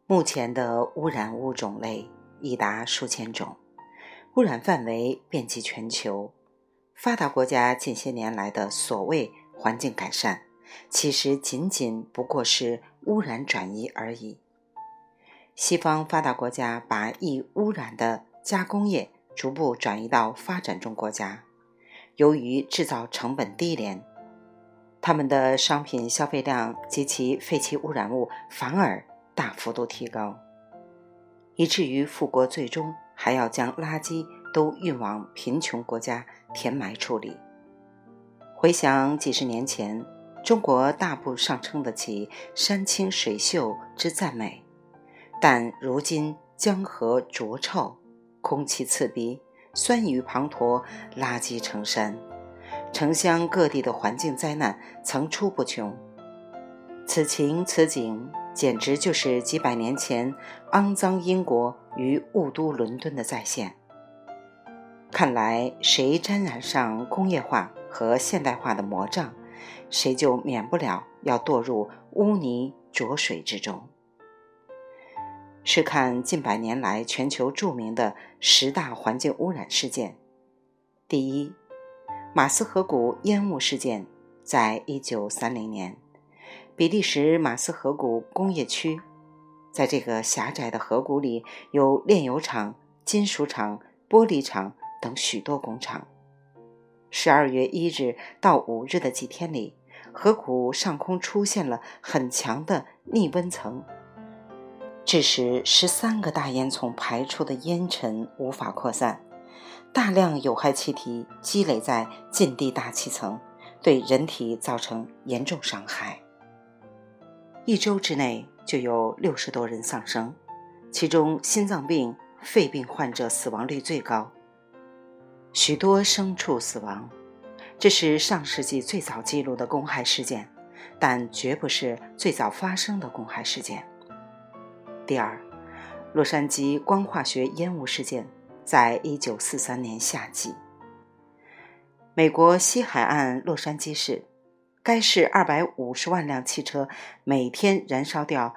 目前的污染物种类已达数千种，污染范围遍及全球。发达国家近些年来的所谓环境改善，其实仅仅不过是污染转移而已。西方发达国家把易污染的加工业逐步转移到发展中国家，由于制造成本低廉，他们的商品消费量及其废弃污染物反而大幅度提高，以至于富国最终还要将垃圾都运往贫穷国家填埋处理。回想几十年前，中国大步上称得起山清水秀之赞美，但如今江河浊臭，空气刺鼻，酸雨滂沱，垃圾成山，城乡各地的环境灾难层出不穷。此情此景，简直就是几百年前肮脏英国与雾都伦敦的再现。看来谁沾染上工业化和现代化的魔障，谁就免不了要堕入污泥浊水之中。试看近百年来全球著名的10大环境污染事件。第一，马斯河谷烟雾事件，在1930年，比利时马斯河谷工业区，在这个狭窄的河谷里有炼油厂、金属厂、玻璃厂等许多工厂。12月1日到5日的几天里，河谷上空出现了很强的逆温层，致使13个大烟囱排出的烟尘无法扩散，大量有害气体积累在近地大气层，对人体造成严重伤害。1周之内就有60多人丧生，其中心脏病、肺病患者死亡率最高，许多牲畜死亡。这是上世纪最早记录的公害事件，但绝不是最早发生的公害事件。第二，洛杉矶光化学烟雾事件，在1943年夏季。美国西海岸洛杉矶市，该市250万辆汽车每天燃烧掉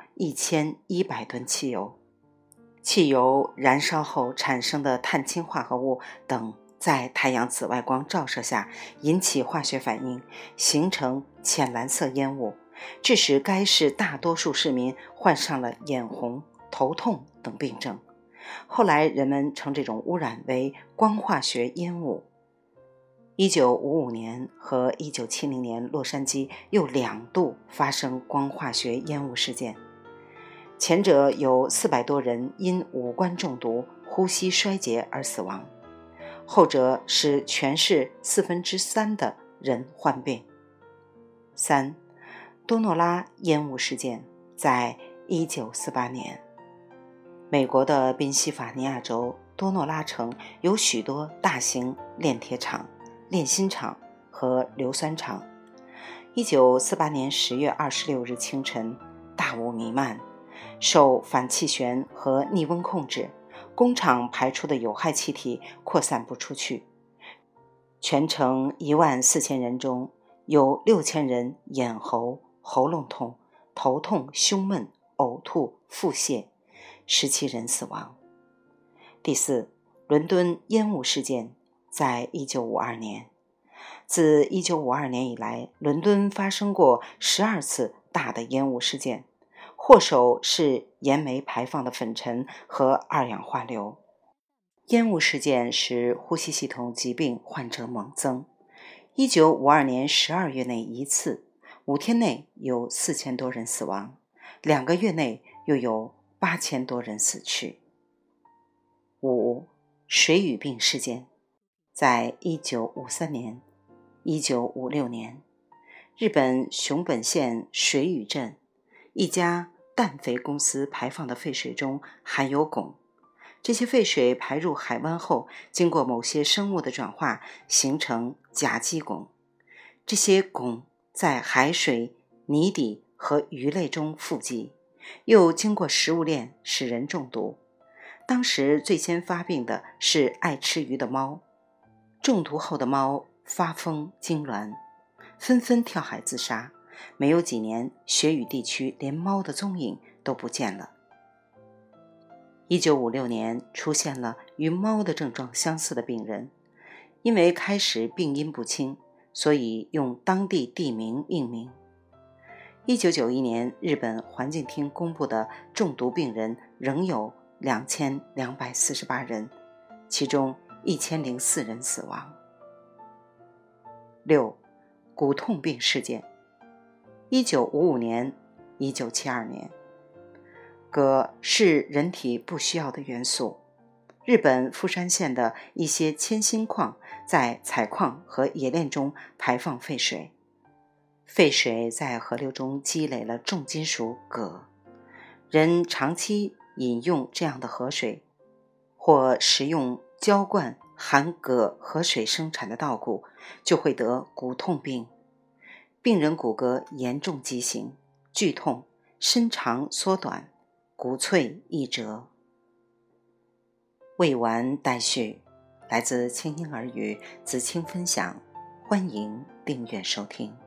1100吨汽油，汽油燃烧后产生的碳氢化合物等在太阳紫外光照射下引起化学反应，形成浅蓝色烟雾，致使该市大多数市民患上了眼红、头痛等病症。后来人们称这种污染为光化学烟雾。1955年和1970年，洛杉矶又2度发生光化学烟雾事件，前者有400多人因五官中毒、呼吸衰竭而死亡，后者使全市3/4的人患病。3. 多诺拉烟雾事件，在1948年。美国的宾夕法尼亚州多诺拉城有许多大型炼铁厂、炼锌厂和硫酸厂。1948年10月26日清晨，大雾弥漫，受反气旋和逆温控制，工厂排出的有害气体扩散不出去。全城14000人中，有6000人眼喉、喉咙痛、头痛、胸闷、呕吐、腹泻，17人死亡。第四，伦敦烟雾事件，在1952年。自1952年以来，伦敦发生过12次大的烟雾事件，祸首是燃煤排放的粉尘和二氧化硫。烟雾事件使呼吸系统疾病患者猛增。1952年12月内1次，5天内有4000多人死亡，2个月内又有8000多人死去。5. 水俣病事件，在1953年、1956年，日本熊本县水俣镇一家氮肥公司排放的废水中含有汞，这些废水排入海湾后，经过某些生物的转化，形成甲基汞。这些汞在海水、泥底和鱼类中富集，又经过食物链使人中毒。当时最先发病的是爱吃鱼的猫，中毒后的猫发疯痉挛，纷纷跳海自杀。没有几年，雪屿地区连猫的踪影都不见了。 1956年出现了与猫的症状相似的病人，因为开始病因不清，所以用当地地名命名。1991年，日本环境厅公布的中毒病人仍有2248人，其中1004人死亡。6. 骨痛病事件。1955年、1972年，铬是人体不需要的元素。日本富山县的一些铅锌矿在采矿和冶炼中排放废水，废水在河流中积累了重金属铬。人长期饮用这样的河水，或食用浇灌含铬河水生产的稻谷，就会得骨痛病。病人骨骼严重畸形、剧痛、身长缩短、骨脆易折。未完待续，来自清音儿语子清分享，欢迎订阅收听。